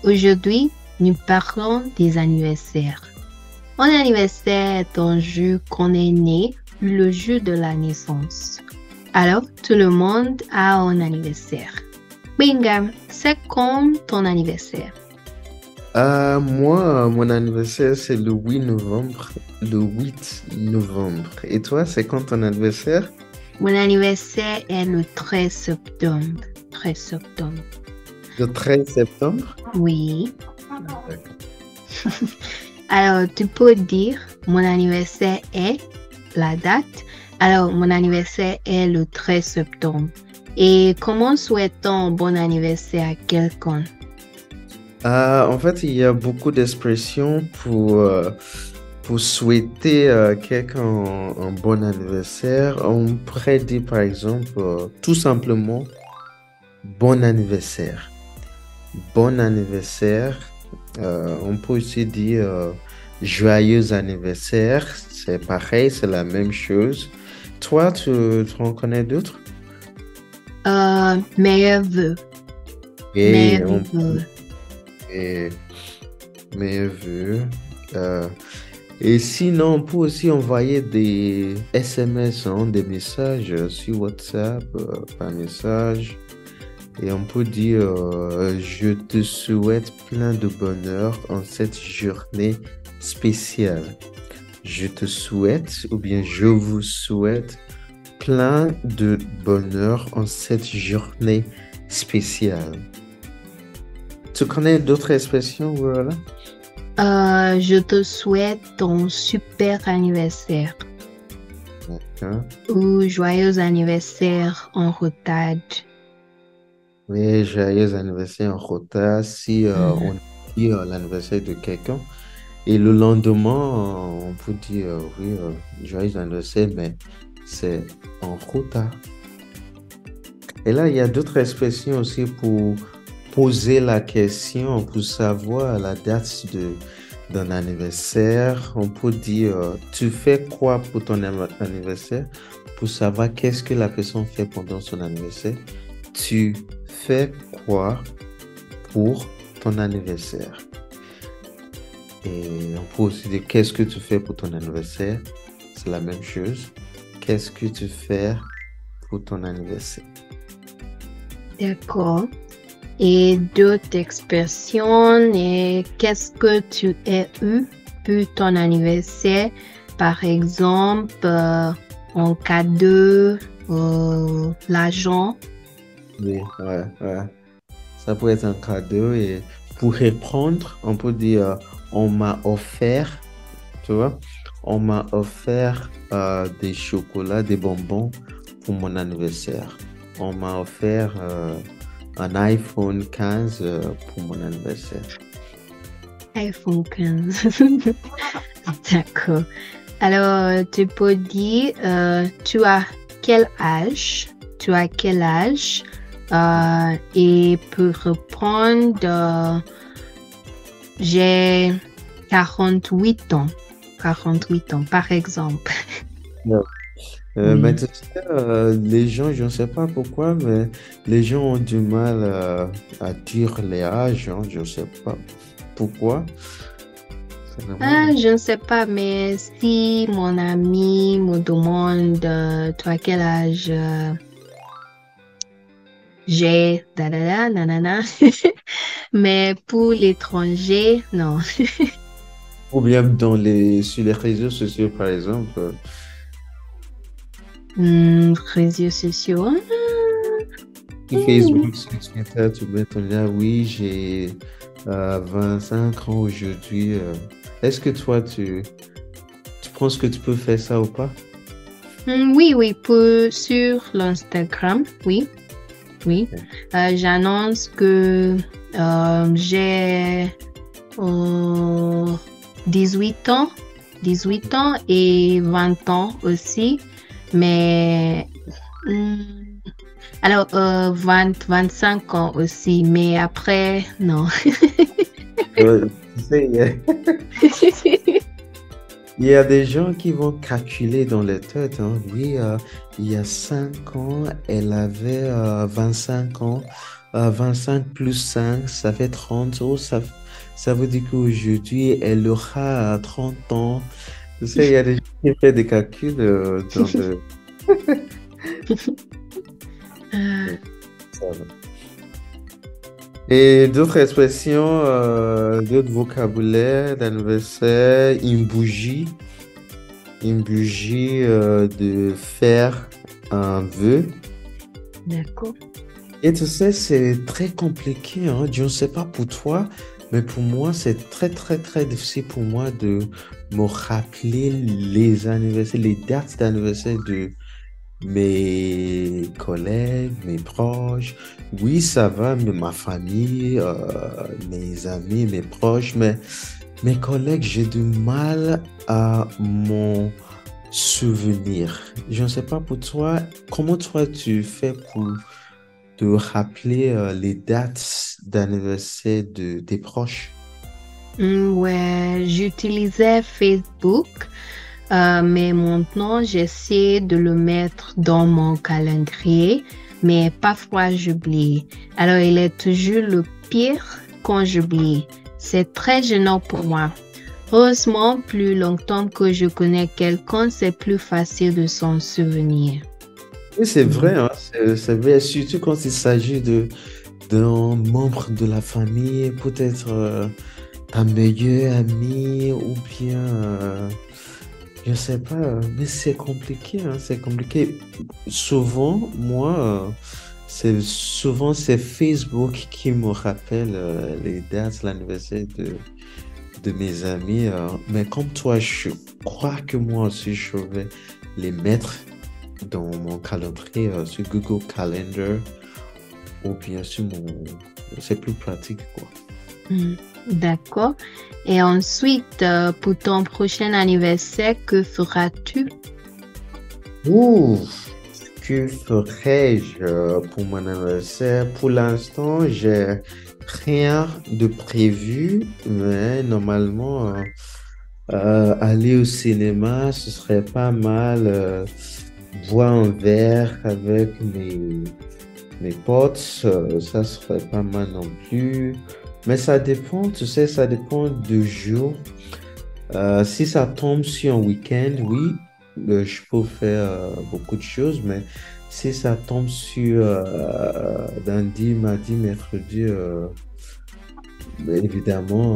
Aujourd'hui, nous parlons des anniversaires. Un anniversaire est un jour qu'on est né, le jour de la naissance. Alors, tout le monde a un anniversaire. Bingham, c'est quand ton anniversaire? Moi, mon anniversaire, c'est le 8 novembre. Le 8 novembre. Et toi, c'est quand ton anniversaire? Mon anniversaire est le 13 septembre. 13 septembre. Le 13 septembre? Oui. D'accord. Alors, tu peux dire, mon anniversaire est la date. Alors, mon anniversaire est le 13 septembre. Et comment souhaitons un bon anniversaire à quelqu'un? En fait, il y a beaucoup d'expressions pour souhaiter quelqu'un un bon anniversaire. On pourrait dire, par exemple, tout simplement, bon anniversaire. Bon anniversaire. On peut aussi dire joyeux anniversaire. C'est pareil, c'est la même chose. Toi, tu en connais d'autres? Meilleurs vœux. Et Meilleurs on vœux. et mes vœux. Euh, et sinon, on peut aussi envoyer des SMS, hein, des messages sur WhatsApp par message. Et on peut dire, je te souhaite plein de bonheur en cette journée spéciale. Je te souhaite, ou bien je vous souhaite plein de bonheur en cette journée spéciale. Tu connais d'autres expressions, voilà? Je te souhaite un super anniversaire D'accord. ou joyeux anniversaire en retard. Oui, joyeux anniversaire en retard si Mhm. on dit l'anniversaire de quelqu'un. Et le lendemain, on peut dire oui, joyeux anniversaire, mais c'est en retard. Et là, il y a d'autres expressions aussi pour poser la question, pour savoir la date d'un anniversaire. On peut dire, tu fais quoi pour ton anniversaire? Pour savoir qu'est-ce que la personne fait pendant son anniversaire. Tu fais quoi pour ton anniversaire? Et on peut aussi dire, qu'est-ce que tu fais pour ton anniversaire? C'est la même chose. Qu'est-ce que tu fais pour ton anniversaire? D'accord. Et d'autres expressions, et qu'est-ce que tu as eu pour ton anniversaire? Par exemple, un cadeau, l'argent. Oui, ouais, ouais. Ça peut être un cadeau et pour répondre, on peut dire on m'a offert, tu vois, on m'a offert des chocolats, des bonbons pour mon anniversaire. On m'a offert un iPhone 15 pour mon anniversaire. iPhone 15. D'accord. Alors, tu peux dire, tu as quel âge? Tu as quel âge? Et pour répondre, j'ai 48 ans. 48 ans, par exemple. Ouais. Mais Oui. tu sais, les gens, je ne sais pas pourquoi, mais les gens ont du mal à dire les âges, hein, je ne sais pas pourquoi. C'est Ah, vraiment... je ne sais pas, mais si mon ami me demande, tu as quel âge? J'ai, da, da, da, nanana. Mais pour l'étranger, non. Ou bien sur les réseaux sociaux, par exemple, Réseaux sociaux. sur Facebook, sur Twitter, tu mets ton lien, oui, j'ai 25 ans aujourd'hui. Est-ce que toi, tu penses que tu peux faire ça ou pas? Oui, oui, sur l'Instagram, oui, oui. J'annonce que j'ai euh, 18 ans, 18 ans et 20 ans aussi. Mais hum, alors 25 ans aussi, mais après, non. Tu sais, il y a des gens qui vont calculer dans les têtes, hein. Oui, il y a 5 ans, elle avait 25 ans. 25 plus 5, ça fait 30 euros. Ça veut dire qu'aujourd'hui, elle aura 30 ans. Tu sais, il y a des gens qui font des calculs dans le... Euh, Ça va. Et d'autres expressions, d'autres vocabulaires d'anniversaire, une bougie de faire un vœu. d'accord. Et tu sais, c'est très compliqué, hein. Je ne sais pas pour toi, mais pour moi, c'est très, très, très difficile pour moi de me rappeler les anniversaires, les dates d'anniversaire de mes collègues, mes proches. Oui, ça va, mais ma famille, mes amis, mes proches, mais mes collègues, j'ai du mal à m'en souvenir. Je ne sais pas pour toi, comment toi tu fais pour te rappeler les dates d'anniversaire de tes proches? Ouais, j'utilisais Facebook, mais maintenant j'essaie de le mettre dans mon calendrier, mais parfois j'oublie. Alors il est toujours le pire quand j'oublie. C'est très gênant pour moi. Heureusement, plus longtemps que je connais quelqu'un, c'est plus facile de s'en souvenir. Oui, c'est vrai, Mhm. hein, c'est vrai, surtout quand il s'agit d'un membre de la famille, peut-être ta meilleure amie ou bien, je sais pas, mais c'est compliqué, hein, c'est compliqué. Souvent, moi, c'est Facebook qui me rappelle les dates, l'anniversaire de mes amis. Mais comme toi, je crois que moi aussi, je vais les mettre dans mon calendrier sur Google Calendar ou bien sur mon... C'est plus pratique, quoi. Hmm, d'accord. Et ensuite, pour ton prochain anniversaire, que feras-tu? Ouh, que ferais-je pour mon anniversaire? Pour l'instant, j'ai rien de prévu, mais normalement, aller au cinéma, ce serait pas mal. Boire un verre avec mes potes, ça serait pas mal non plus. Mais ça dépend, tu sais, ça dépend du jour. Si ça tombe sur un week-end, oui, je peux faire beaucoup de choses, mais si ça tombe sur lundi, mardi, mercredi, évidemment,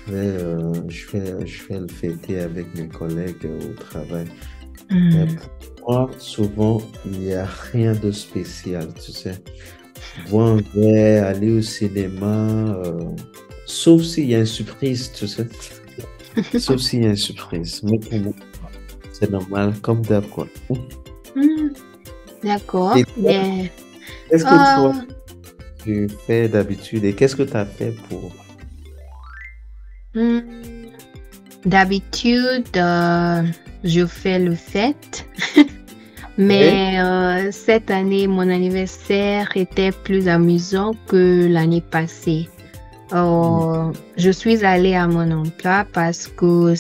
je vais le fêter avec mes collègues au travail. Mais Hmm, pour moi, souvent, il n'y a rien de spécial, tu sais. Boire un verre, aller au cinéma, sauf s'il y a une surprise, tu sais. Sauf s'il y a une surprise. Mais pour moi, c'est normal, comme d'hab, quoi. hmm, d'accord. Et toi, Mais, qu'est-ce que toi, euh, tu fais d'habitude et qu'est-ce que tu as fait pour... hmm, d'habitude, je fais le fête, Oui. mais cette année, mon anniversaire était plus amusant que l'année passée. Je suis allée à mon emploi parce que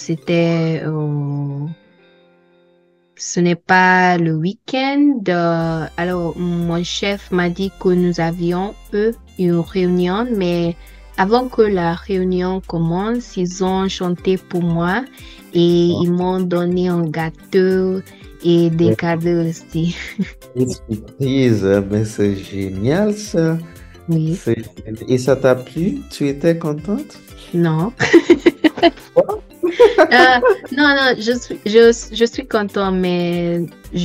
ce n'est pas le week-end. Alors, mon chef m'a dit que nous avions, une réunion, mais avant que la réunion commence, ils ont chanté pour moi et Oh, ils m'ont donné un gâteau et des ouais. cadeaux aussi. Une surprise, mais c'est génial ça. Oui, Et ça t'a plu? Tu étais contente? non. Non, non, je suis content, mais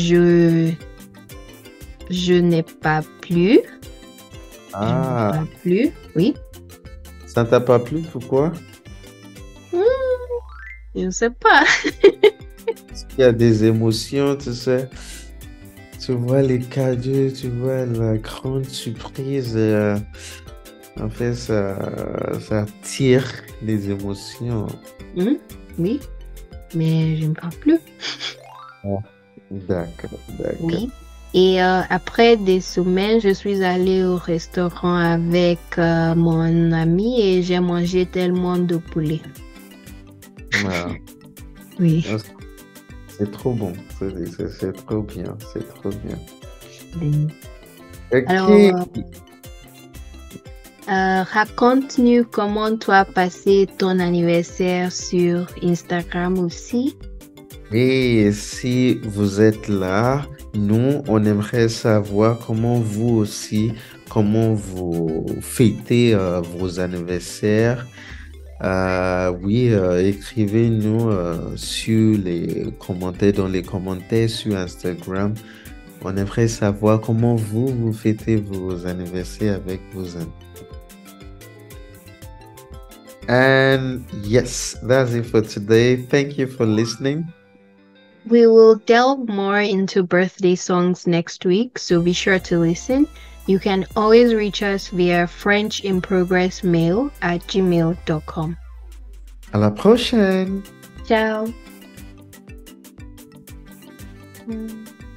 je n'ai pas plu. Je n'ai Ah, pas plu, oui. ça t'a pas plu? Pourquoi? Hmm, je ne sais pas. Il y a des émotions, tu sais. Tu vois les cadeaux, tu vois la grande surprise. En fait, ça tire les émotions. Hmm, oui, mais je n'ai pas plu. Ah, d'accord, d'accord. Oui. Et après des semaines, je suis allée au restaurant avec mon ami et j'ai mangé tellement de poulet. Ah, Oui. ah, c'est trop bon, c'est trop bien, c'est trop bien. Mm. Ok, Alors, Raconte-nous comment tu as passé ton anniversaire sur Instagram aussi. Et si vous êtes là, nous, on aimerait savoir comment vous aussi, comment vous fêtez vos anniversaires. Oui, écrivez-nous sur les commentaires, dans les commentaires sur Instagram. On aimerait savoir comment vous fêtez vos anniversaires avec vos amis. And yes, that's it for today. Thank you for listening. We will delve more into birthday songs next week, so be sure to listen. You can always reach us via frenchinprogressmail@gmail.com. À la prochaine! Ciao!